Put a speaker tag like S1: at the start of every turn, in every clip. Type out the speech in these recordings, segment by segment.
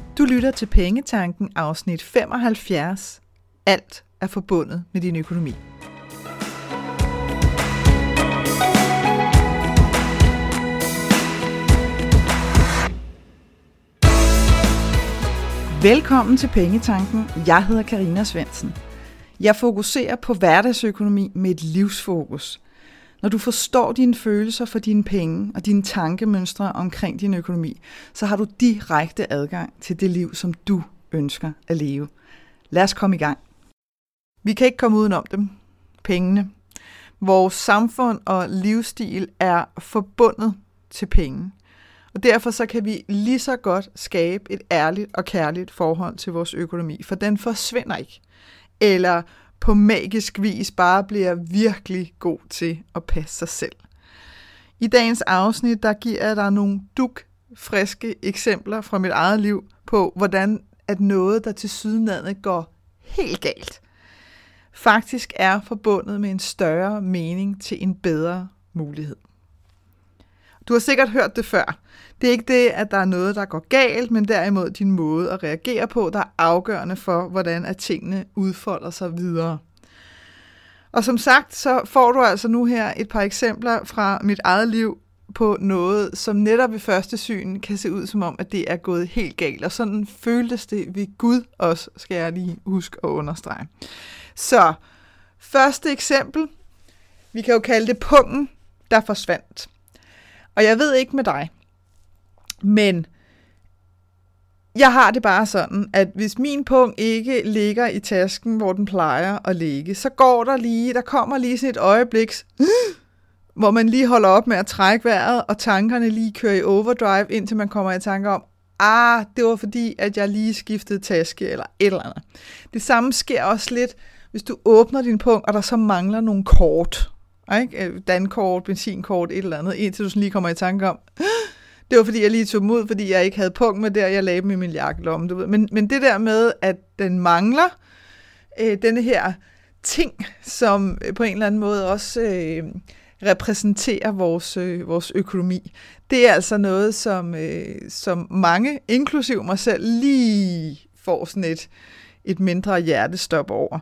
S1: Du lytter til Pengetanken afsnit 75. Alt er forbundet med din økonomi. Velkommen til Pengetanken. Jeg hedder Karina Svendsen. Jeg fokuserer på hverdagsøkonomi med et livsfokus. Når du forstår dine følelser for dine penge og dine tankemønstre omkring din økonomi, så har du direkte adgang til det liv, som du ønsker at leve. Lad os komme i gang. Vi kan ikke komme udenom dem. Pengene. Vores samfund og livsstil er forbundet til penge. Og derfor så kan vi lige så godt skabe et ærligt og kærligt forhold til vores økonomi, for den forsvinder ikke. Eller på magisk vis bare bliver virkelig god til at passe sig selv. I dagens afsnit, der giver jeg dig nogle dugfriske eksempler fra mit eget liv på, hvordan at noget, der tilsyneladende går helt galt, faktisk er forbundet med en større mening til en bedre mulighed. Du har sikkert hørt det før. Det er ikke det, at der er noget, der går galt, men derimod din måde at reagere på, der er afgørende for, hvordan at tingene udfolder sig videre. Og som sagt, så får du altså nu her et par eksempler fra mit eget liv på noget, som netop ved første syn kan se ud som om, at det er gået helt galt. Og sådan føltes det ved Gud også, skal jeg lige huske at understrege. Så første eksempel, vi kan jo kalde det pungen, der forsvandt. Og jeg ved ikke med dig, men jeg har det bare sådan, at hvis min pung ikke ligger i tasken, hvor den plejer at ligge, så der kommer lige sådan et øjeblik, hvor man lige holder op med at trække vejret, og tankerne lige kører i overdrive, indtil man kommer i tanke om, det var fordi, at jeg lige skiftede taske, eller et eller andet. Det samme sker også lidt, hvis du åbner din pung, og der så mangler nogle kort. Ikke? Dankort, benzinkort, et eller andet, indtil du sådan lige kommer i tanke om, det var fordi, jeg lige tog dem ud, fordi jeg ikke havde punkt med der, jeg lagde dem i min jakkelomme. Du ved. Men det der med, at den mangler denne her ting, som på en eller anden måde også repræsenterer vores økonomi, det er altså noget, som mange, inklusiv mig selv, lige får sådan et mindre hjertestop over.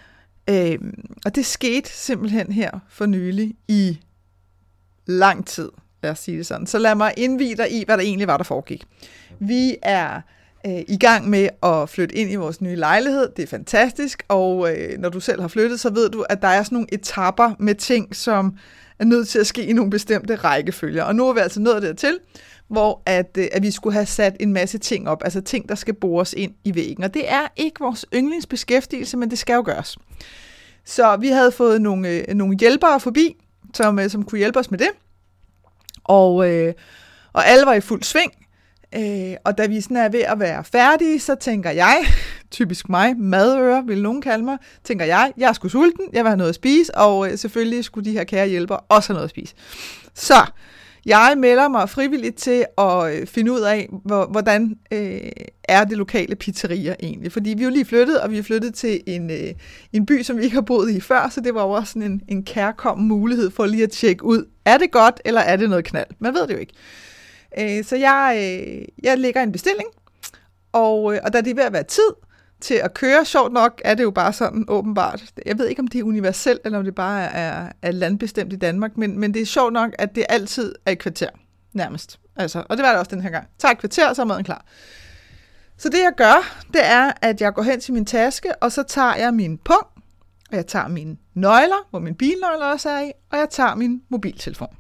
S1: Og det skete simpelthen her for nylig i lang tid, lad os sige det sådan. Så lad mig indvie dig i, hvad der egentlig var, der foregik. Vi er i gang med at flytte ind i vores nye lejlighed. Det er fantastisk, og når du selv har flyttet, så ved du, at der er sådan nogle etaper med ting, som er nødt til at ske i nogle bestemte rækkefølger. Og nu er vi altså nået dertil, hvor at vi skulle have sat en masse ting op, altså ting, der skal bores ind i væggen. Og det er ikke vores yndlingsbeskæftigelse, men det skal jo gøres. Så vi havde fået nogle hjælpere forbi, som kunne hjælpe os med det. Og alle var i fuld sving. Og da vi sådan er ved at være færdige, så tænker jeg, typisk mig, madøre vil nogen kalde mig, tænker jeg er sgu sulten, jeg vil have noget at spise, og selvfølgelig skulle de her kære hjælpere også have noget at spise. Så jeg melder mig frivilligt til at finde ud af, hvordan er det lokale pizzeria egentlig. Fordi vi er jo lige flyttet, og vi er flyttet til en by, som vi ikke har boet i før, så det var jo også sådan en kærkommen mulighed for lige at tjekke ud, er det godt, eller er det noget knald? Man ved det jo ikke. Så jeg lægger en bestilling, og da det er ved at være tid til at køre, sjovt nok er det jo bare sådan åbenbart. Jeg ved ikke, om det er universelt, eller om det bare er landbestemt i Danmark, men det er sjovt nok, at det altid er et kvarter, nærmest. Altså, og det var det også den her gang. Tager et kvarter, så er maden klar. Så det jeg gør, det er, at jeg går hen til min taske, og så tager jeg min pung, og jeg tager mine nøgler, hvor min bilnøgler også er i, og jeg tager min mobiltelefon.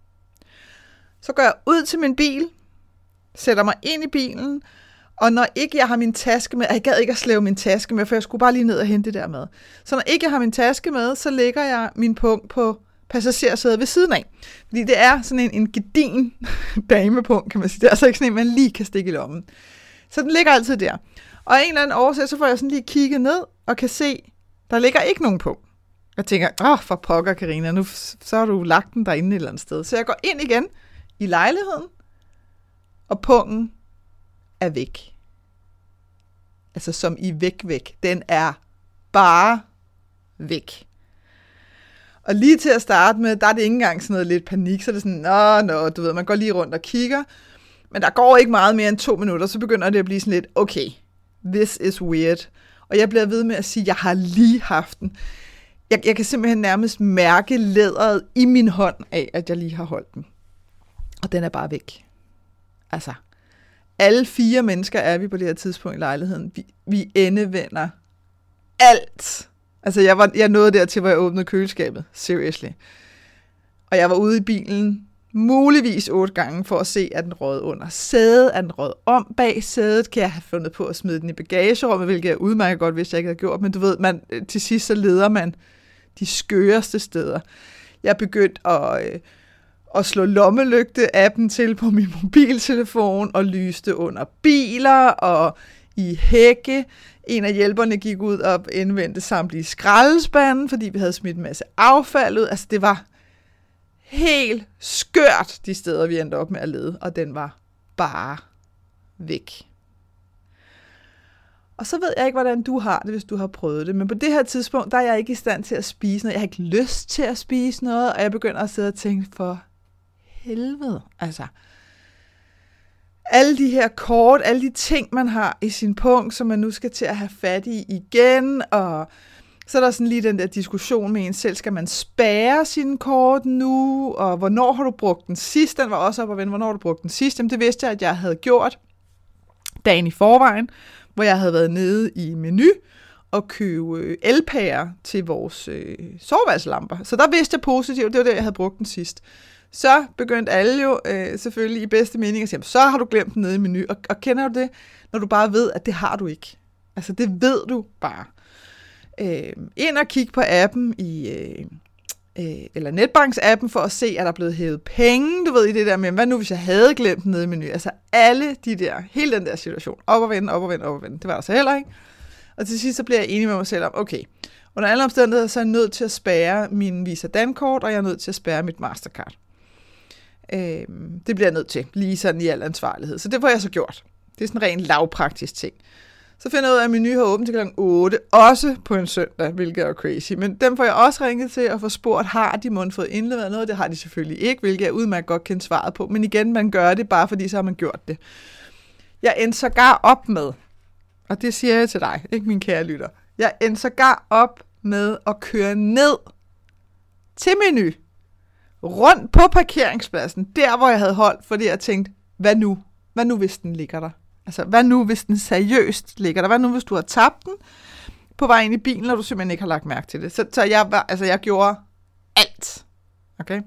S1: Så går jeg ud til min bil, sætter mig ind i bilen, og når ikke jeg har min taske med, jeg gad ikke at slæve min taske med, for jeg skulle bare lige ned og hente det der med. Så når ikke jeg har min taske med, så lægger jeg min pung på passagersædet ved siden af. Fordi det er sådan en gedigen damepung, kan man sige. Det er altså ikke sådan en, man lige kan stikke i lommen. Så den ligger altid der. Og af en eller anden årsag, så får jeg sådan lige kigget ned og kan se, der ligger ikke nogen pung. Jeg tænker, for pokker, Karina, nu så har du lagt den derinde et eller andet sted. Så jeg går ind igen i lejligheden, og pungen er væk. Altså som i væk. Den er bare væk. Og lige til at starte med, der er det ikke engang sådan noget lidt panik, så er det sådan, du ved, man går lige rundt og kigger. Men der går ikke meget mere end 2 minutter, så begynder det at blive sådan lidt, okay, this is weird. Og jeg bliver ved med at sige, at jeg har lige haft den. Jeg kan simpelthen nærmest mærke læderet i min hånd af, at jeg lige har holdt den. Og den er bare væk. Altså, alle 4 mennesker er vi på det her tidspunkt i lejligheden. Vi endevender alt. Altså, jeg nåede dertil, hvor jeg åbnede køleskabet. Seriously. Og jeg var ude i bilen muligvis 8 gange for at se, at den rød under sædet, at den rød om bag sædet. Kan jeg have fundet på at smide den i bagagerummet, hvilket jeg udmærket godt, hvis jeg ikke havde gjort. Men du ved, til sidst så leder man de skøreste steder. Jeg begyndte at slå lommelygte-appen til på min mobiltelefon, og lyste under biler og i hække. En af hjælperne gik ud og indvendte samtlige skraldespanden, fordi vi havde smidt en masse affald ud. Altså, det var helt skørt, de steder, vi endte op med at lede, og den var bare væk. Og så ved jeg ikke, hvordan du har det, hvis du har prøvet det, men på det her tidspunkt, der er jeg ikke i stand til at spise noget. Jeg har ikke lyst til at spise noget, og jeg begynder at sidde og tænke, for helvede, altså. Alle de her kort, alle de ting, man har i sin punkt, som man nu skal til at have fat i igen, og så er der sådan lige den der diskussion med en selv, skal man spærre sine kort nu, og hvornår har du brugt den sidst? Den var også op at vende, hvornår har du brugt den sidst? Jamen det vidste jeg, at jeg havde gjort dagen i forvejen, hvor jeg havde været nede i Menu og købe elpærer til vores soveværelseslamper. Så der vidste jeg positivt, det var det, jeg havde brugt den sidst. Så begyndte alle jo selvfølgelig i bedste mening at sige, så har du glemt den nede i Menu. Og kender du det, når du bare ved, at det har du ikke? Altså det ved du bare. Ind og kigge på appen eller netbanks-appen for at se, at der er blevet hævet penge. Du ved i det der med, hvad nu hvis jeg havde glemt den nede i Menu? Altså alle de der, hele den der situation. Op og vende, op og vende, op og vende. Det var der så heller ikke. Og til sidst så bliver jeg enig med mig selv om, okay, under alle omstændigheder, så er jeg nødt til at spærre min Visa Dankort, og jeg er nødt til at spærre mit Mastercard. Det bliver jeg nødt til, lige sådan i al ansvarlighed. Så det får jeg så gjort. Det er sådan en ren lavpraktisk ting. Så finder jeg ud af, at Menu har åbent til kl. 8, også på en søndag, hvilket er crazy. Men dem får jeg også ringet til og få spurgt, har de måtte fået indleveret noget? Det har de selvfølgelig ikke, hvilket jeg udmærket godt kender svaret på. Men igen, man gør det bare, fordi så har man gjort det. Jeg endte sågar op med, og det siger jeg til dig, ikke min kære lytter, jeg endte sågar op med at køre ned til Menu, rundt på parkeringspladsen, der hvor jeg havde holdt, fordi jeg tænkte, hvad nu? Hvad nu, hvis den ligger der? Altså, hvad nu, hvis den seriøst ligger der? Hvad nu, hvis du har tabt den på vej ind i bilen, og du simpelthen ikke har lagt mærke til det? Så jeg gjorde alt. Okay?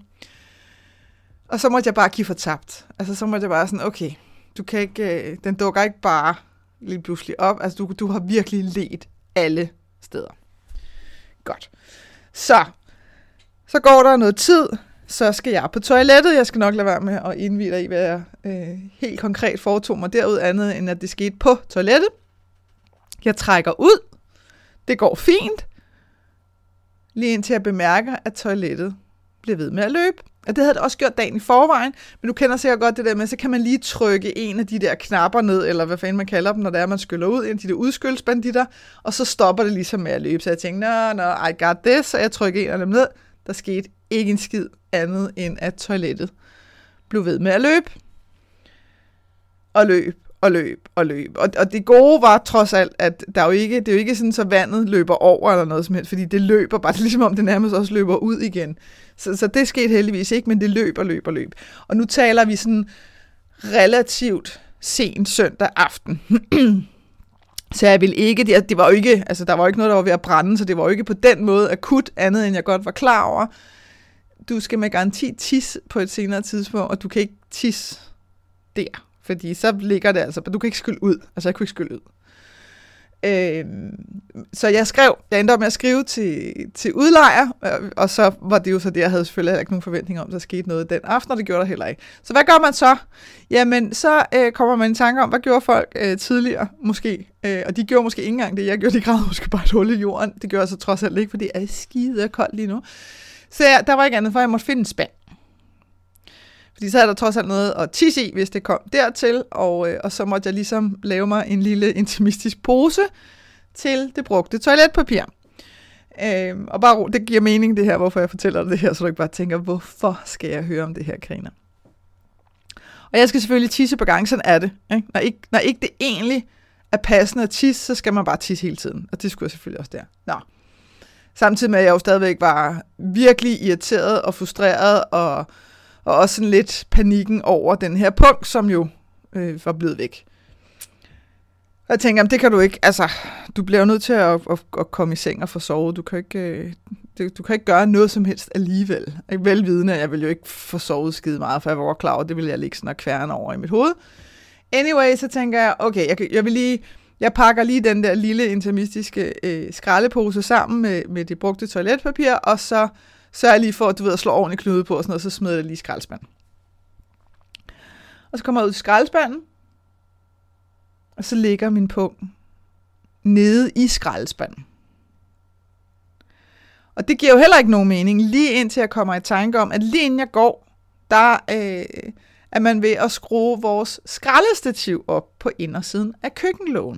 S1: Og så måtte jeg bare give for tabt. Altså, så måtte jeg bare sådan, okay, du kan ikke, den dukker ikke bare lige pludselig op. Altså, du har virkelig ledt alle steder. Godt. Så går der noget tid, så skal jeg på toilettet. Jeg skal nok lade være med at indvide dig i, hvad jeg helt konkret foretog mig derud andet, end at det skete på toilettet. Jeg trækker ud. Det går fint. Lige indtil jeg bemærker, at toilettet bliver ved med at løbe. Og det havde det også gjort dagen i forvejen, men du kender sikkert godt det der med, så kan man lige trykke en af de der knapper ned, eller hvad fanden man kalder dem, når det er, man skyller ud, en af de der udskyldsbanditter, og så stopper det ligesom med at løbe. Så jeg tænkte, I got this, så jeg trykker en af dem ned. Der skete ikke en skid andet, end at toilettet blev ved med at løbe. Og løb, og løb, og løb. Og det gode var trods alt, at det er jo ikke sådan, så vandet løber over eller noget som helst, fordi det løber bare, det er ligesom om det nærmest også løber ud igen. Så det skete heldigvis ikke, men det løb og løb og løb. Og nu taler vi sådan relativt sent søndag aften. Så jeg ville ikke, det var jo ikke, altså der var jo ikke noget, der var ved at brænde, så det var jo ikke på den måde akut andet, end jeg godt var klar over. Du skal med garanti tisse på et senere tidspunkt, og du kan ikke tisse der, fordi så ligger det altså, du kan ikke skylle ud, altså jeg kunne ikke skylle ud. Så jeg endte op med at skrive til udlejer, og så var det jo så det, jeg havde selvfølgelig ikke nogen forventning om, der skete noget den aften, og det gjorde der heller ikke. Så hvad gør man så? Jamen, så kommer man i tanke om, hvad gjorde folk tidligere måske? Og de gjorde måske ikke engang det, jeg gjorde, de gravede måske bare et hul i jorden. Det gjorde jeg så trods alt ikke, fordi det er skide koldt lige nu. Så der var ikke andet for, jeg måtte finde en spand. Fordi så er der trods alt noget at tisse i, hvis det kom dertil, og så måtte jeg ligesom lave mig en lille intimistisk pose til det brugte toiletpapir. Og bare det giver mening det her, hvorfor jeg fortæller det her, så du ikke bare tænker, hvorfor skal jeg høre om det her, Karina? Og jeg skal selvfølgelig tisse på gang, sådan er det. Ikke? Når ikke det egentlig er passende at tisse, så skal man bare tisse hele tiden. Og det skulle jeg selvfølgelig også der. Nå. Samtidig med, at jeg jo stadigvæk var virkelig irriteret og frustreret, og også sådan lidt panikken over den her punkt, som jo var blevet væk. Og jeg tænker, det kan du ikke, altså, du bliver jo nødt til at komme i seng og få sovet. Du kan ikke gøre noget som helst alligevel. Velvidende, jeg vil jo ikke få sovet skide meget, for jeg var klar over, det ville jeg ligge sådan og kværne over i mit hoved. Anyway, så tænker jeg, okay, jeg pakker lige den der lille intimistiske skraldepose sammen med det brugte toiletpapir, og så sørger jeg lige for, at du ved, at slå ordentligt knude på, og sådan noget, så smider jeg lige i skraldespanden. Og så kommer jeg ud i skraldespanden, og så ligger min pung nede i skraldespanden. Og det giver jo heller ikke nogen mening, lige indtil jeg kommer i tanke om, at lige inden jeg går, der er man ved at skrue vores skraldestativ op på indersiden af køkkenlågen.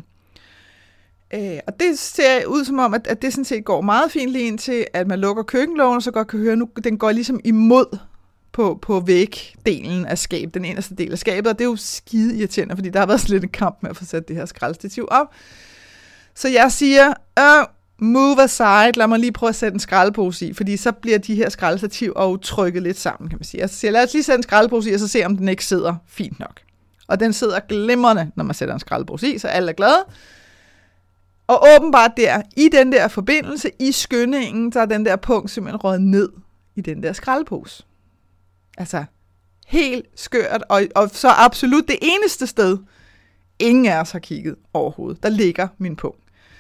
S1: Og det ser ud som om, at det sådan set går meget fint lige indtil, at man lukker køkkenlågen, og så godt kan høre, nu den går ligesom imod på vægdelen af skabet, den inderste del af skabet, og det er jo skide irriterende, fordi der har været sådan lidt en kamp med at få sat det her skraldestativ op. Så jeg siger, move aside, lad mig lige prøve at sætte en skraldepose i, fordi så bliver de her skraldestativer jo trykket lidt sammen, kan man sige. Jeg siger, lad os lige sætte en skraldepose i, og så se, om den ikke sidder fint nok. Og den sidder glimrende, når man sætter en skraldepose i, så alle er glade. Og åbenbart der, i den der forbindelse, i skyndingen, så er den der punkt simpelthen røget ned i den der skraldepose. Altså, helt skørt, og så absolut det eneste sted, ingen af os har kigget overhovedet. Der ligger min punkt.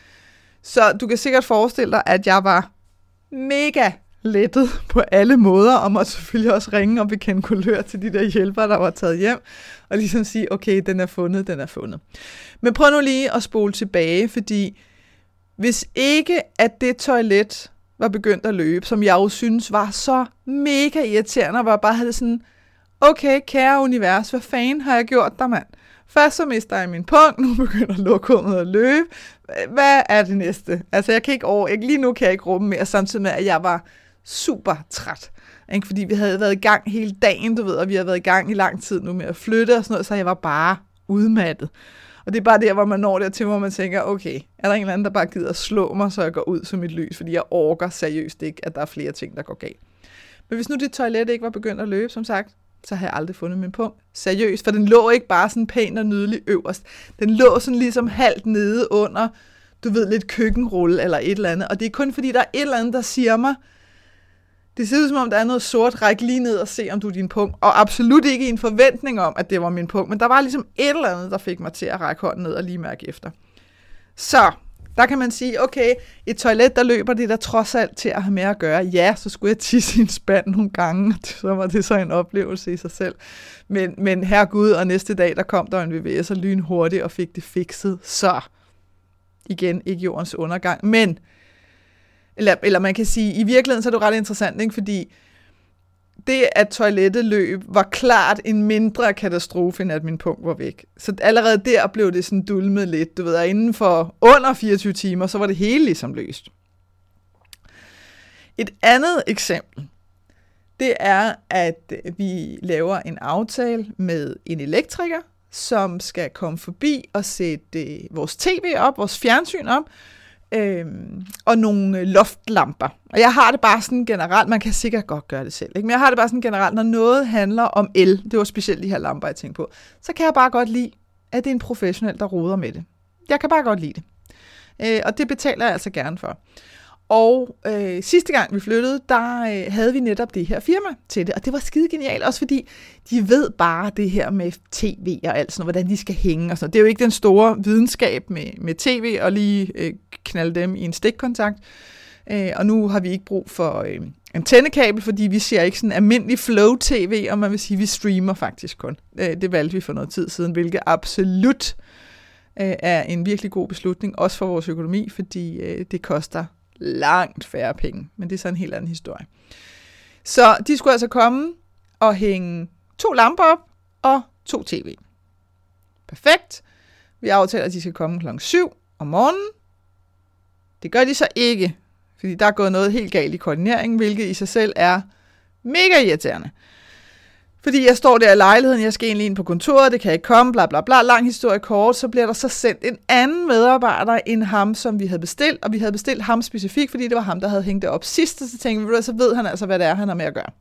S1: Så du kan sikkert forestille dig, at jeg var mega lettet på alle måder, og måtte selvfølgelig også ringe og bekende kulør til de der hjælpere, der var taget hjem, og ligesom sige, okay, den er fundet. Men prøv nu lige at spole tilbage, fordi hvis ikke at det toilet var begyndt at løbe, som jeg jo synes var så mega irriterende, og hvor jeg bare havde sådan, okay, kære univers, hvad fanden har jeg gjort der, mand? Først så mister jeg min punkt, nu begynder lokummet at løbe. Hvad er det næste? Altså, lige nu kan jeg ikke rumme mere, samtidig med, at jeg var super træt. Ikke? Fordi vi havde været i gang hele dagen, du ved, og vi havde været i gang i lang tid nu med at flytte og sådan noget, så jeg var bare udmattet. Og det er bare der, hvor man når dertil, hvor man tænker, okay, er der en eller anden, der bare gider at slå mig, så jeg går ud som et lys, fordi jeg orker seriøst ikke, at der er flere ting, der går galt. Men hvis nu dit toilet ikke var begyndt at løbe, som sagt, så har jeg aldrig fundet min punkt. Seriøst, for den lå ikke bare sådan pænt og nydelig øverst. Den lå sådan ligesom halvt nede under, du ved, lidt køkkenrulle eller et eller andet. Og det er kun fordi, der er et eller andet, der siger mig, det ser ud som om, der er noget sort, ræk lige ned og se, om du er din punkt. Og absolut ikke i en forventning om, at det var min punkt. Men der var ligesom et eller andet, der fik mig til at række hånden ned og lige mærke efter. Så der kan man sige, okay, et toilet, der løber det der trods alt til at have med at gøre. Ja, så skulle jeg tisse i en spand nogle gange, så var det så en oplevelse i sig selv. Men herregud, og næste dag, der kom der en VVS og lynhurtigt og fik det fikset. Så igen, ikke jordens undergang. Men, eller man kan sige, i virkeligheden så er det ret interessant, ikke? Fordi det, at toilettet løb, var klart en mindre katastrofe, end at min punkt var væk. Så allerede der blev det sådan dulmet lidt, du ved, og inden for under 24 timer, så var det hele ligesom løst. Et andet eksempel, det er, at vi laver en aftale med en elektriker, som skal komme forbi og sætte vores tv op, vores fjernsyn op, og nogle loftlamper. Og jeg har det bare sådan generelt, man kan sikkert godt gøre det selv, ikke? Men jeg har det bare sådan generelt, når noget handler om el, det var specielt de her lamper, jeg tænkte på, så kan jeg bare godt lide, at det er en professionel, der roder med det. Jeg kan bare godt lide det. Og det betaler jeg altså gerne for. Og sidste gang vi flyttede, der havde vi netop det her firma til det, og det var skide genialt, også fordi de ved bare det her med tv og alt sådan noget, hvordan de skal hænge og sådan noget. Det er jo ikke den store videnskab med tv og lige knalde dem i en stikkontakt, og nu har vi ikke brug for antennekabel, fordi vi ser ikke sådan almindelig flow-tv, og man vil sige, vi streamer faktisk kun. Det valgte vi for noget tid siden, hvilket absolut er en virkelig god beslutning, også for vores økonomi, fordi det koster langt færre penge, men det er så en helt anden historie. Så de skulle altså komme og hænge 2 lamper op og 2 tv. Perfekt. Vi aftaler, at de skal komme kl. 7 om morgenen. Det gør de så ikke, fordi der er gået noget helt galt i koordineringen, hvilket i sig selv er mega irriterende. Fordi jeg står der i lejligheden, jeg skal egentlig ind på kontoret, det kan ikke komme, bla bla bla, lang historie kort, så bliver der så sendt en anden medarbejder end ham, som vi havde bestilt, og vi havde bestilt ham specifikt, fordi det var ham, der havde hængt det op sidst, og så tænkte vi, så ved han altså, hvad det er, han har med at gøre.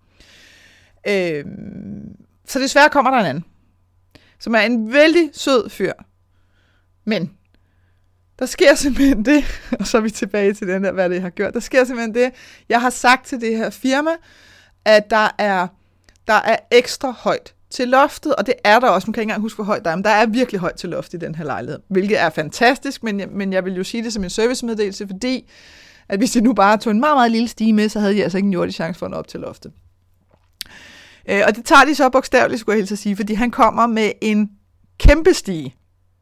S1: Så desværre kommer der en anden, som er en vældig sød fyr. Men der sker simpelthen det, og så er vi tilbage til den der, hvad det har gjort. Der sker simpelthen det, jeg har sagt til det her firma, at der er ekstra højt til loftet, og det er der også. Nu kan jeg ikke engang huske, hvor højt der er, men der er virkelig højt til loft i den her lejlighed, hvilket er fantastisk, men jeg vil jo sige det som en servicemeddelelse, fordi at hvis de nu bare tog en meget, meget lille stige med, så havde de altså ikke en jordig chance for at nå op til loftet. Og det tager de så bogstaveligt, skulle jeg helt så sige, fordi han kommer med en kæmpe stige.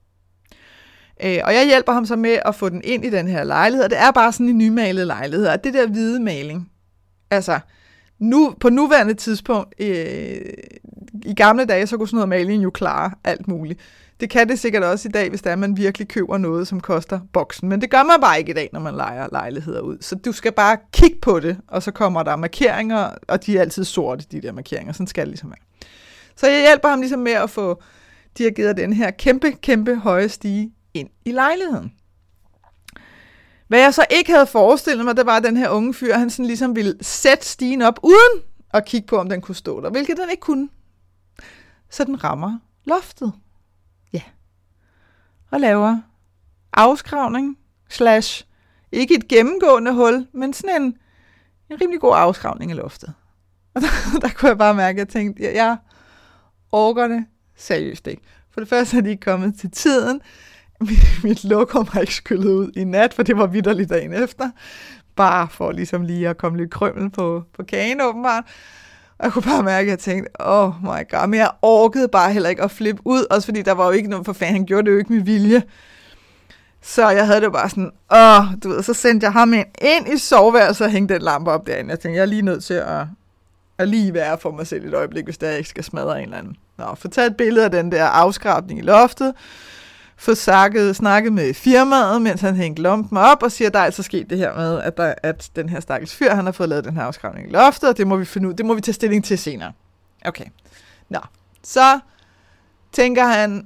S1: Og jeg hjælper ham så med at få den ind i den her lejlighed, og det er bare sådan en nymalet lejlighed, og det der hvide maling, altså på nuværende tidspunkt, i gamle dage, så kunne sådan noget maling jo klare alt muligt. Det kan det sikkert også i dag, hvis der man virkelig køber noget, som koster boksen. Men det gør man bare ikke i dag, når man lejer lejligheder ud. Så du skal bare kigge på det, og så kommer der markeringer, og de er altid sorte, de der markeringer. Sådan skal det ligesom være. Så jeg hjælper ham ligesom med at få dirigeret den her kæmpe, kæmpe høje stige ind i lejligheden. Hvad jeg så ikke havde forestillet mig, det var, at den her unge fyr, han sådan ligesom ville sætte stigen op, uden at kigge på, om den kunne stå der, hvilket den ikke kunne. Så den rammer loftet. Ja. Og laver afskravning, / ikke et gennemgående hul, men sådan en rimelig god afskravning af loftet. Og der kunne jeg bare mærke, at jeg tænkte, jeg orker det seriøst ikke. For det første er de ikke kommet til tiden. Mit lokum har ikke skyllet ud i nat, for det var vitterligt dagen efter. Bare for ligesom lige at komme lidt krømmel på kagen åbenbart. Og jeg kunne bare mærke, at jeg tænkte, oh my god, men jeg orkede bare heller ikke at flippe ud, også fordi der var jo ikke noget for fanden, han gjorde det jo ikke med vilje. Så jeg havde det bare sådan, du ved, så sendte jeg ham ind i soveværelset og hængte den lampe op derinde. Jeg tænkte, jeg er lige nødt til at lige være for mig selv et øjeblik, hvis der ikke skal smadre en eller anden. Få taget et billede af den der afskrabning i loftet, få snakket med firmaet, mens han hængte lampen op, og siger, at der er altså sket det her med, at den her stakkels fyr, han har fået lavet den her afskrabning i loftet, og det må vi finde ud, det må vi tage stilling til senere. Okay. Så tænker han,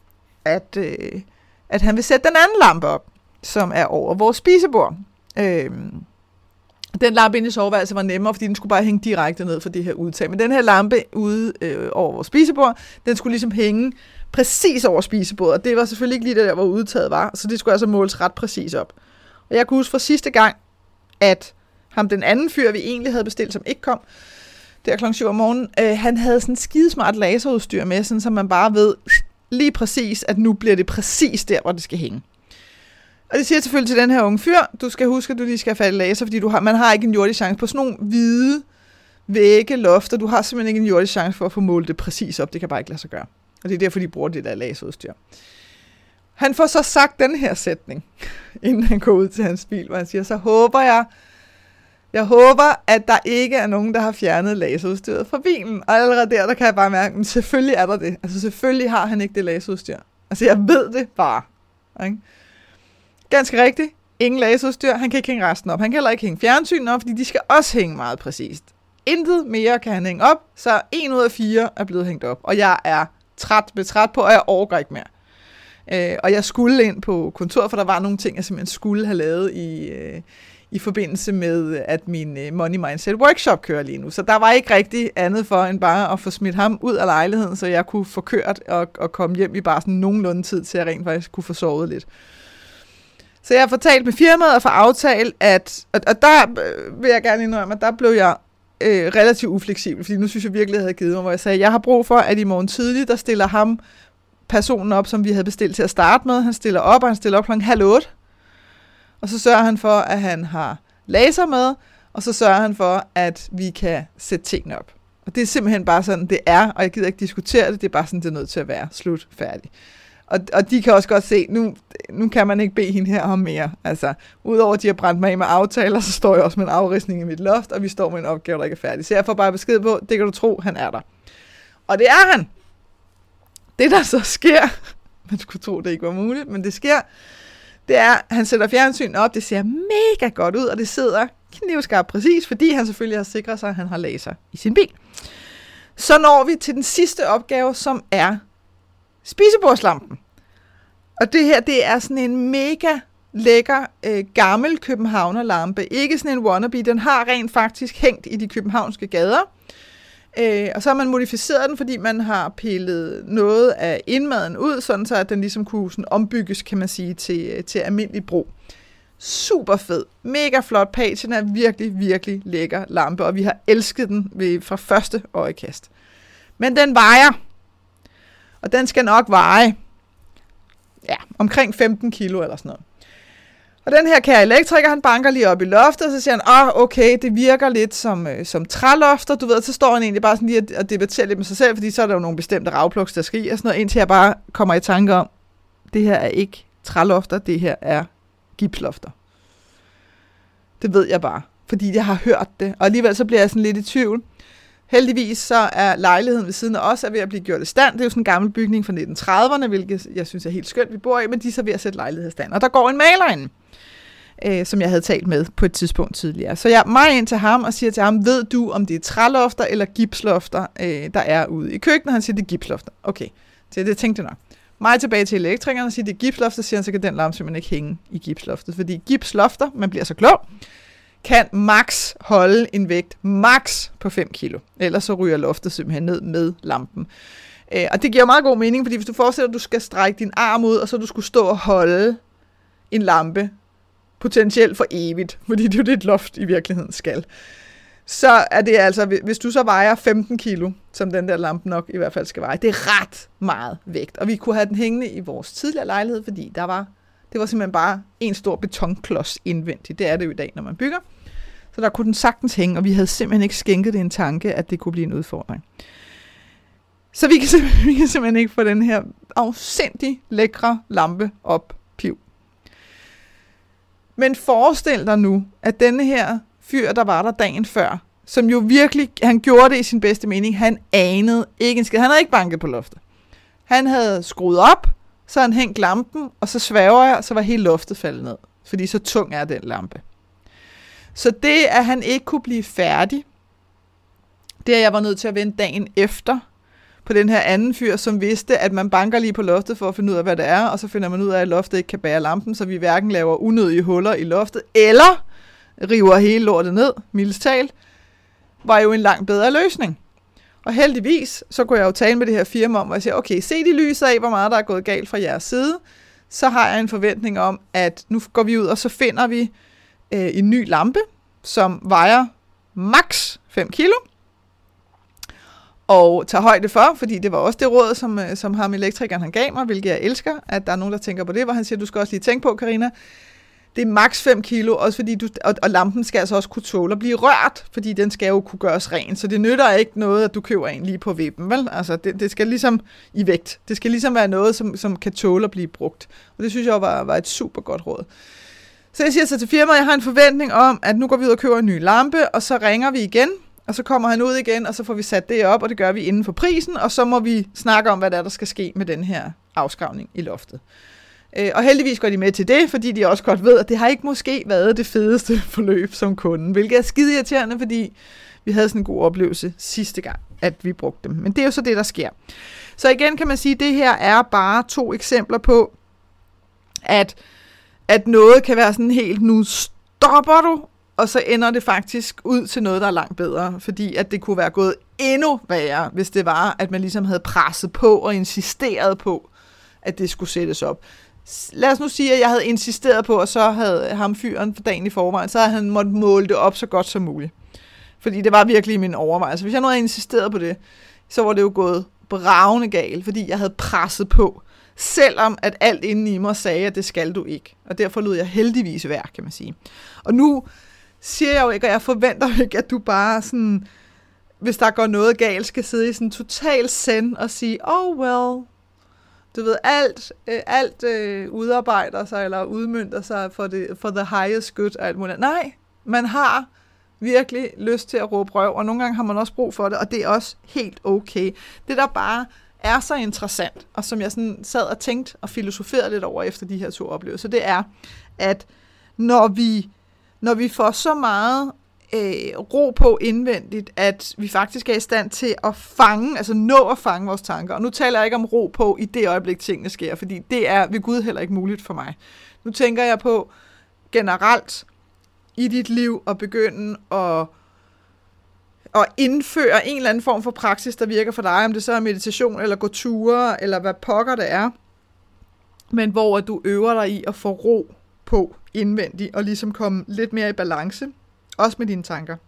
S1: at han vil sætte den anden lampe op, som er over vores spisebord. Den lampe inde i soveværelset var nemmere, fordi den skulle bare hænge direkte ned for det her udtag. Men den her lampe ude over vores spisebord, den skulle ligesom hænge præcis over spisebordet, og det var selvfølgelig ikke lige der, hvor udtaget var, så det skulle altså måles ret præcis op. Og jeg kunne huske fra sidste gang, at den anden fyr, vi egentlig havde bestilt, som ikke kom, der kl. 7 om morgenen, han havde sådan en skidesmart laserudstyr med, sådan, så man bare ved lige præcis, at nu bliver det præcis der, hvor det skal hænge. Og det siger selvfølgelig til den her unge fyr, du skal huske, at du lige skal have fat i laser, fordi man har ikke en jordig chance på sådan nogle hvide vægge, lofter, du har simpelthen ikke en jordig chance for at få målt det præcis op, det kan bare ikke lade sig gøre. Og det er derfor, de bruger det der laserudstyr. Han får så sagt den her sætning, inden han går ud til hans bil, hvor han siger, så håber jeg håber, at der ikke er nogen, der har fjernet laserudstyret fra bilen. Og allerede der kan jeg bare mærke, at selvfølgelig er der det. Altså selvfølgelig har han ikke det laserudstyr. Altså jeg ved det bare. Ikke? Ganske rigtigt. Ingen laserudstyr. Han kan ikke hænge resten op. Han kan heller ikke hænge fjernsynet op, fordi de skal også hænge meget præcist. Intet mere kan han hænge op, så 1 ud af 4 er blevet hængt op. Og jeg er træt på, og jeg orker ikke mere. Og jeg skulle ind på kontoret, for der var nogle ting, jeg simpelthen skulle have lavet i forbindelse med, at min Money Mindset Workshop kører lige nu. Så der var ikke rigtig andet for, end bare at få smidt ham ud af lejligheden, så jeg kunne få kørt og komme hjem i bare sådan nogenlunde tid, til at rent faktisk kunne få sovet lidt. Så jeg har fortalt med firmaet og få aftalt, at og der vil jeg gerne indrømme, at der blev jeg relativt ufleksibel, fordi nu synes jeg virkelig, at jeg havde givet mig, hvor jeg sagde, jeg har brug for, at i morgen tidlig, der stiller ham personen op, som vi havde bestilt til at starte med. Han stiller op, og han stiller op kl. 7:30. Og så sørger han for, at han har laser med, og så sørger han for, at vi kan sætte tingene op. Og det er simpelthen bare sådan, det er, og jeg gider ikke diskutere det, det er bare sådan, det er nødt til at være slut, færdig. Og de kan også godt se, nu kan man ikke bede hende her om mere. Altså, udover at de har brændt mig af med aftaler, så står jeg også med en afrisning i mit loft, og vi står med en opgave, der ikke er færdig. Så jeg får bare besked på, det kan du tro, han er der. Og det er han! Det, der så sker, man skulle tro, det ikke var muligt, men det sker, det er, han sætter fjernsynet op, det ser mega godt ud, og det sidder knivskarpt præcis, fordi han selvfølgelig har sikret sig, at han har laser i sin bil. Så når vi til den sidste opgave, som er spisebordslampen. Og det her, det er sådan en mega lækker gammel københavnerlampe. Ikke sådan en wannabe, den har rent faktisk hængt i de københavnske gader. Og så har man modificeret den, fordi man har pillet noget af indmaden ud, sådan så at den ligesom kunne sådan ombygges, kan man sige, til almindelig brug. Super fed, mega flot pagen er virkelig, virkelig lækker lampe, og vi har elsket den fra første øjekast. Men den vejer, og den skal nok veje omkring 15 kilo eller sådan noget. Og den her kære elektriker, han banker lige op i loftet, og så siger han, okay, det virker lidt som trælofter, du ved, så står han egentlig bare sådan lige og debatterer lidt med sig selv, fordi så er der jo nogle bestemte ravpluks, der skriger og sådan noget, indtil jeg bare kommer i tanke om, det her er ikke trælofter, det her er gipslofter. Det ved jeg bare, fordi jeg har hørt det, og alligevel så bliver jeg sådan lidt i tvivl. Heldigvis så er lejligheden ved siden af os ved at blive gjort i stand. Det er jo sådan en gammel bygning fra 1930'erne, hvilket jeg synes er helt skønt, vi bor i, men de er så ved at sætte lejlighed i stand. Og der går en maler ind, som jeg havde talt med på et tidspunkt tidligere. Så jeg mig ind til ham og siger til ham, ved du, om det er trælofter eller gipslofter, der er ude i køkkenet? Han siger, det er gipslofter. Okay, det tænkte jeg nok. Mig tilbage til elektrikeren og siger, det er gipslofter, siger han, så kan den lampe simpelthen ikke hænge i gipsloftet. Fordi gipslofter, man bliver så klog, kan max holde en vægt max på 5 kilo. Ellers så ryger loftet simpelthen ned med lampen. Og det giver meget god mening, fordi hvis du forestiller, at du skal strække din arm ud, og så du skulle stå og holde en lampe, potentielt for evigt, fordi det er jo det, et loft i virkeligheden skal. Så er det altså, hvis du så vejer 15 kilo, som den der lampe nok i hvert fald skal veje, det er ret meget vægt. Og vi kunne have den hængende i vores tidligere lejlighed, fordi det var simpelthen bare en stor betonklods indvendigt. Det er det jo i dag, når man bygger. Så der kunne den sagtens hænge, og vi havde simpelthen ikke skænket det en tanke, at det kunne blive en udfordring. Så vi kan simpelthen ikke få den her afsindig lækre lampe op piv. Men forestil dig nu, at denne her fyr, der var der dagen før, som jo virkelig, han gjorde det i sin bedste mening, han anede ikke en skid. Han havde ikke banket på loftet. Han havde skruet op, så han hængt lampen, og så svæver jeg, så var hele loftet faldet ned. Fordi så tung er den lampe. Så det, at han ikke kunne blive færdig, det at jeg var nødt til at vente dagen efter på den her anden fyr, som vidste, at man banker lige på loftet for at finde ud af, hvad det er, og så finder man ud af, at loftet ikke kan bære lampen, så vi hverken laver unødige huller i loftet, eller river hele lortet ned, mildest talt, var jo en langt bedre løsning. Og heldigvis, så kunne jeg jo tale med det her firma om, og jeg siger, okay, se de lyser af, hvor meget der er gået galt fra jeres side, så har jeg en forventning om, at nu går vi ud, og så finder vi en ny lampe, som vejer max 5 kilo, og tager højde for, fordi det var også det råd, som ham elektrikeren han gav mig, hvilket jeg elsker, at der er nogen, der tænker på det, hvor han siger, du skal også lige tænke på, Karina, det er max 5 kilo, også fordi og lampen skal altså også kunne tåle at blive rørt, fordi den skal jo kunne gøres ren, så det nytter ikke noget, at du køber en lige på vippen, vel? Altså, det skal ligesom i vægt. Det skal ligesom være noget, som kan tåle at blive brugt. Og det synes jeg var et super godt råd. Så jeg siger så til firmaet, jeg har en forventning om, at nu går vi ud og køber en ny lampe, og så ringer vi igen, og så kommer han ud igen, og så får vi sat det op, og det gør vi inden for prisen, og så må vi snakke om, hvad der skal ske med den her afskravning i loftet. Og heldigvis går de med til det, fordi de også godt ved, at det har ikke måske været det fedeste forløb som kunden, hvilket er skide irriterende, fordi vi havde sådan en god oplevelse sidste gang, at vi brugte dem. Men det er jo så det, der sker. Så igen kan man sige, at det her er bare 2 eksempler på, at noget kan være sådan helt, nu stopper du, og så ender det faktisk ud til noget, der er langt bedre, fordi at det kunne være gået endnu værre, hvis det var, at man ligesom havde presset på og insisteret på, at det skulle sættes op. Lad os nu sige, at jeg havde insisteret på, og så havde ham fyren for dagen i forvejen, så havde han måttet måle det op så godt som muligt. Fordi det var virkelig min overvejelse. Hvis jeg nu havde insisteret på det, så var det jo gået bravende galt, fordi jeg havde presset på, selvom at alt inden i mig sagde, at det skal du ikke. Og derfor lod jeg heldigvis være, kan man sige. Og nu siger jeg jo ikke, og jeg forventer ikke, at du bare sådan, hvis der går noget galt, skal sidde i sådan total zen og sige, oh well, du ved, alt udarbejder sig eller udmønter sig for the highest good og alt muligt. Nej, man har virkelig lyst til at råbe røv, og nogle gange har man også brug for det, og det er også helt okay. Det der bare er så interessant, og som jeg sådan sad og tænkte og filosoferede lidt over efter de her 2 oplevelser, det er, at når vi får så meget ro på indvendigt, at vi faktisk er i stand til at fange, altså nå at fange vores tanker. Og nu taler jeg ikke om ro på i det øjeblik, tingene sker, fordi det er ved Gud heller ikke muligt for mig. Nu tænker jeg på generelt i dit liv at begynde at indføre en eller anden form for praksis, der virker for dig, om det så er meditation, eller gå ture, eller hvad pokker det er, men hvor du øver dig i at få ro på indvendigt, og ligesom komme lidt mere i balance, også med dine tanker.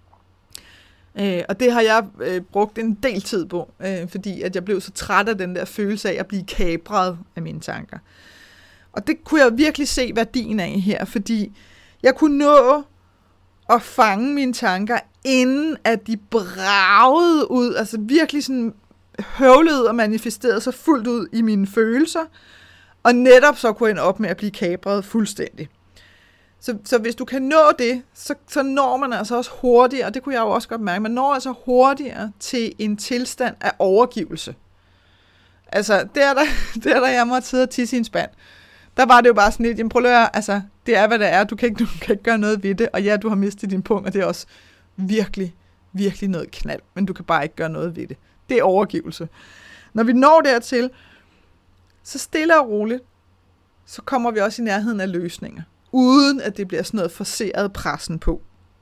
S1: Og det har jeg brugt en del tid på, fordi at jeg blev så træt af den der følelse af at blive kapret af mine tanker. Og det kunne jeg virkelig se værdien af her, fordi jeg kunne nå at fange mine tanker, inden at de bragede ud, altså virkelig sådan høvlede og manifesterede sig fuldt ud i mine følelser, og netop så kunne jeg ende op med at blive kapret fuldstændig. Så hvis du kan nå det, så når man altså også hurtigere, og det kunne jeg jo også godt mærke, man når altså hurtigere til en tilstand af overgivelse. Altså, der jeg måtte sidde og tisse i en spand, der var det jo bare sådan lidt, jamen prøv at høre, altså, det er, hvad det er, du kan ikke gøre noget ved det, og ja, du har mistet din punkt, og det er også virkelig, virkelig noget knald, men du kan bare ikke gøre noget ved det. Det er overgivelse. Når vi når dertil, så stille og roligt, så kommer vi også i nærheden af løsninger, uden at det bliver sådan noget forceret pressen på.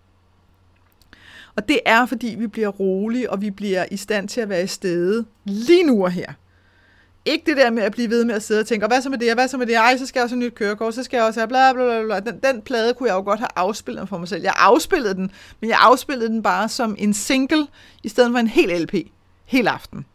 S1: Og det er, fordi vi bliver rolige, og vi bliver i stand til at være i stede lige nu og her. Ikke det der med at blive ved med at sidde og tænke, hvad så med det, hvad så med det, ej, så skal jeg også have nyt kørekort, så skal jeg også have bla bla bla. Den plade kunne jeg jo godt have afspillet for mig selv. Jeg afspillede den, men jeg afspillede den bare som en single, i stedet for en hel LP, hele aften.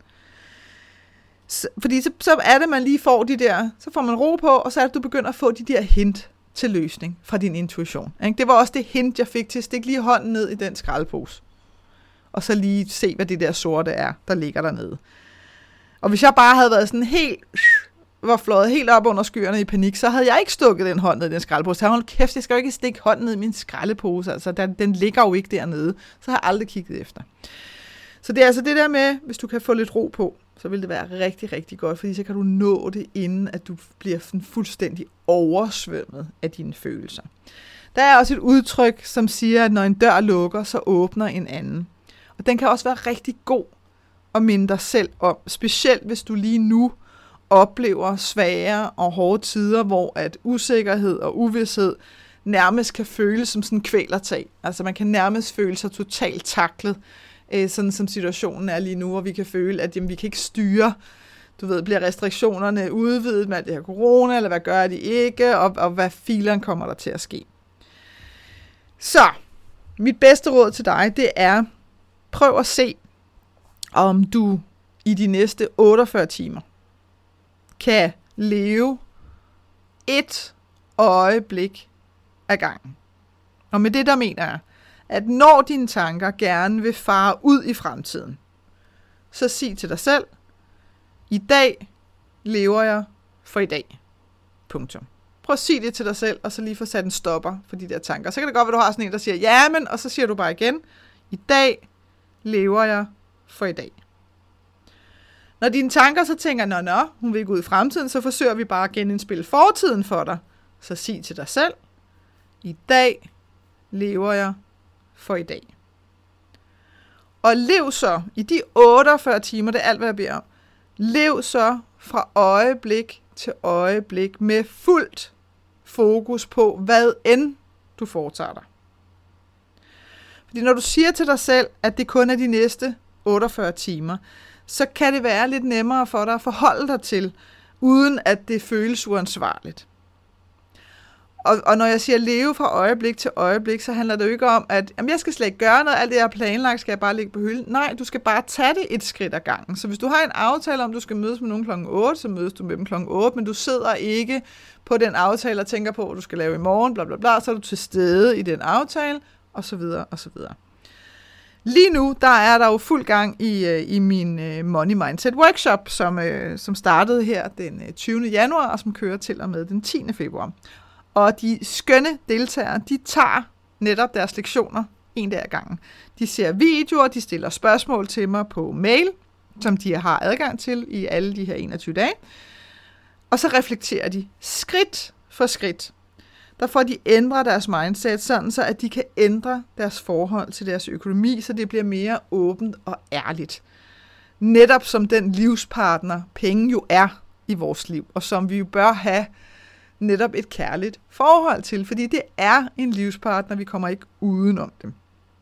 S1: Fordi så er det, man lige får de der, så får man ro på, og så er det, du begynder at få de der hint til løsning fra din intuition. Det var også det hint, jeg fik til at stikke lige hånden ned i den skraldepose. Og så lige se, hvad det der sorte er, der ligger dernede. Og hvis jeg bare havde været sådan helt, var fløjet helt op under skyerne i panik, så havde jeg ikke stukket den hånd ned i den skraldepose. Så hold kæft, jeg skal jo ikke stikke hånden ned i min skraldepose. Altså, den ligger jo ikke dernede. Så har jeg aldrig kigget efter. Så det er altså det der med, hvis du kan få lidt ro på, så vil det være rigtig, rigtig godt, fordi så kan du nå det, inden at du bliver fuldstændig oversvømmet af dine følelser. Der er også et udtryk, som siger, at når en dør lukker, så åbner en anden. Og den kan også være rigtig god at minde dig selv om, specielt hvis du lige nu oplever svære og hårde tider, hvor at usikkerhed og uvished nærmest kan føles som sådan en kvælertag. Altså man kan nærmest føle sig totalt taklet, sådan som situationen er lige nu, og vi kan føle, at jamen, vi kan ikke styre, bliver restriktionerne udvidet med det her corona, eller hvad gør de ikke, og hvad fileren kommer der til at ske. Så, mit bedste råd til dig, det er, prøv at se, om du i de næste 48 timer kan leve et øjeblik ad gangen. Og med det, der mener jeg, at når dine tanker gerne vil fare ud i fremtiden, så sig til dig selv, i dag lever jeg for i dag. Punktum. Prøv at sige det til dig selv, og så lige få sat en stopper for de der tanker. Så kan det godt være, du har sådan en, der siger, jamen, og så siger du bare igen, i dag lever jeg for i dag. Når dine tanker så tænker, hun vil gå ud i fremtiden, så forsøger vi bare at genindspille fortiden for dig. Så sig til dig selv, i dag lever jeg for i dag. Og lev så i de 48 timer, det er alt, hvad jeg beder om. Lev så fra øjeblik til øjeblik med fuldt fokus på, hvad end du foretager dig. Fordi når du siger til dig selv, at det kun er de næste 48 timer, så kan det være lidt nemmere for dig at forholde dig til, uden at det føles uansvarligt. Og når jeg siger leve fra øjeblik til øjeblik, så handler det jo ikke om, at jeg skal slet ikke gøre noget, alt det jeg har planlagt, skal jeg bare ligge på hylden. Nej, du skal bare tage det et skridt ad gangen. Så hvis du har en aftale om, du skal mødes med nogen klokken 8, så mødes du med dem klokken 8, men du sidder ikke på den aftale og tænker på, hvad du skal lave i morgen, bla bla bla, så er du til stede i den aftale, og så videre, og så videre. Lige nu, der er der jo fuld gang i min Money Mindset Workshop, som startede her den 20. januar, og som kører til og med den 10. februar. Og de skønne deltagere, de tager netop deres lektioner en dag ad gangen. De ser videoer, de stiller spørgsmål til mig på mail, som de har adgang til i alle de her 21 dage. Og så reflekterer de skridt for skridt. der får de ændret deres mindset, sådan så at de kan ændre deres forhold til deres økonomi, så det bliver mere åbent og ærligt. Netop som den livspartner, penge jo er i vores liv, og som vi jo bør have netop et kærligt forhold til, fordi det er en livspartner, vi kommer ikke udenom dem.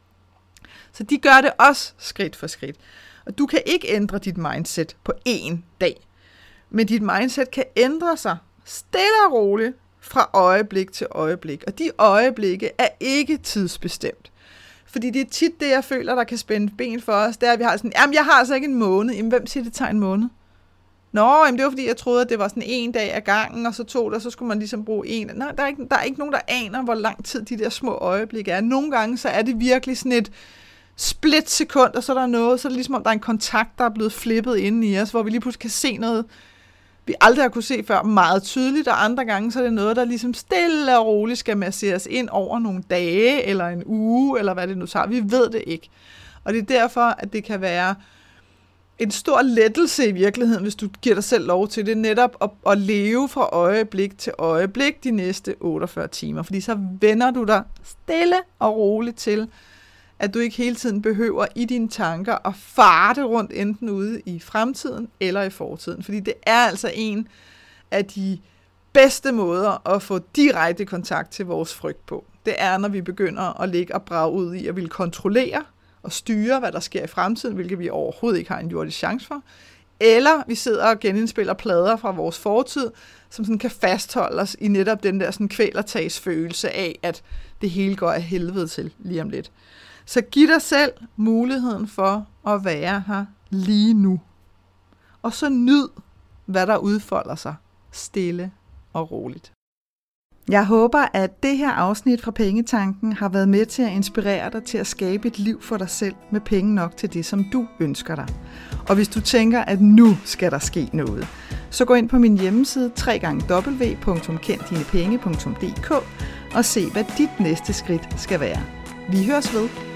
S1: Så de gør det også skridt for skridt. Og du kan ikke ændre dit mindset på én dag, men dit mindset kan ændre sig stille og roligt fra øjeblik til øjeblik. Og de øjeblikke er ikke tidsbestemt. Fordi det er tit det, jeg føler, der kan spænde ben for os, det er, at vi har sådan, jamen jeg har altså ikke en måned. Jamen hvem siger, det tager en måned? Nå, jamen det var fordi, jeg troede, at det var sådan en dag ad gangen, og så skulle man ligesom bruge en. Nej, der er ikke nogen, der aner, hvor lang tid de der små øjeblikke er. Nogle gange, så er det virkelig sådan et splitsekund, og så er der noget, så er det ligesom, om der er en kontakt, der er blevet flippet inde i os, hvor vi lige pludselig kan se noget, vi aldrig har kunne se før, meget tydeligt, og andre gange, så er det noget, der ligesom stille og roligt skal masseres ind over nogle dage, eller en uge, eller hvad det nu tager. Vi ved det ikke. Og det er derfor, at det kan være en stor lettelse i virkeligheden, hvis du giver dig selv lov til det, netop at leve fra øjeblik til øjeblik de næste 48 timer. Fordi så vender du dig stille og roligt til, at du ikke hele tiden behøver i dine tanker at farte rundt enten ude i fremtiden eller i fortiden. Fordi det er altså en af de bedste måder at få direkte kontakt til vores frygt på. Det er, når vi begynder at ligge og brage ud i at ville kontrollere og styre, hvad der sker i fremtiden, hvilket vi overhovedet ikke har en jordisk chance for. Eller vi sidder og genindspiller plader fra vores fortid, som sådan kan fastholde os i netop den der sådan kvælertagsfølelse af, at det hele går af helvede til lige om lidt. Så giv dig selv muligheden for at være her lige nu. Og så nyd, hvad der udfolder sig stille og roligt. Jeg håber, at det her afsnit fra Pengetanken har været med til at inspirere dig til at skabe et liv for dig selv med penge nok til det, som du ønsker dig. Og hvis du tænker, at nu skal der ske noget, så gå ind på min hjemmeside www.kenddinepenge.dk og se, hvad dit næste skridt skal være. Vi høres ved.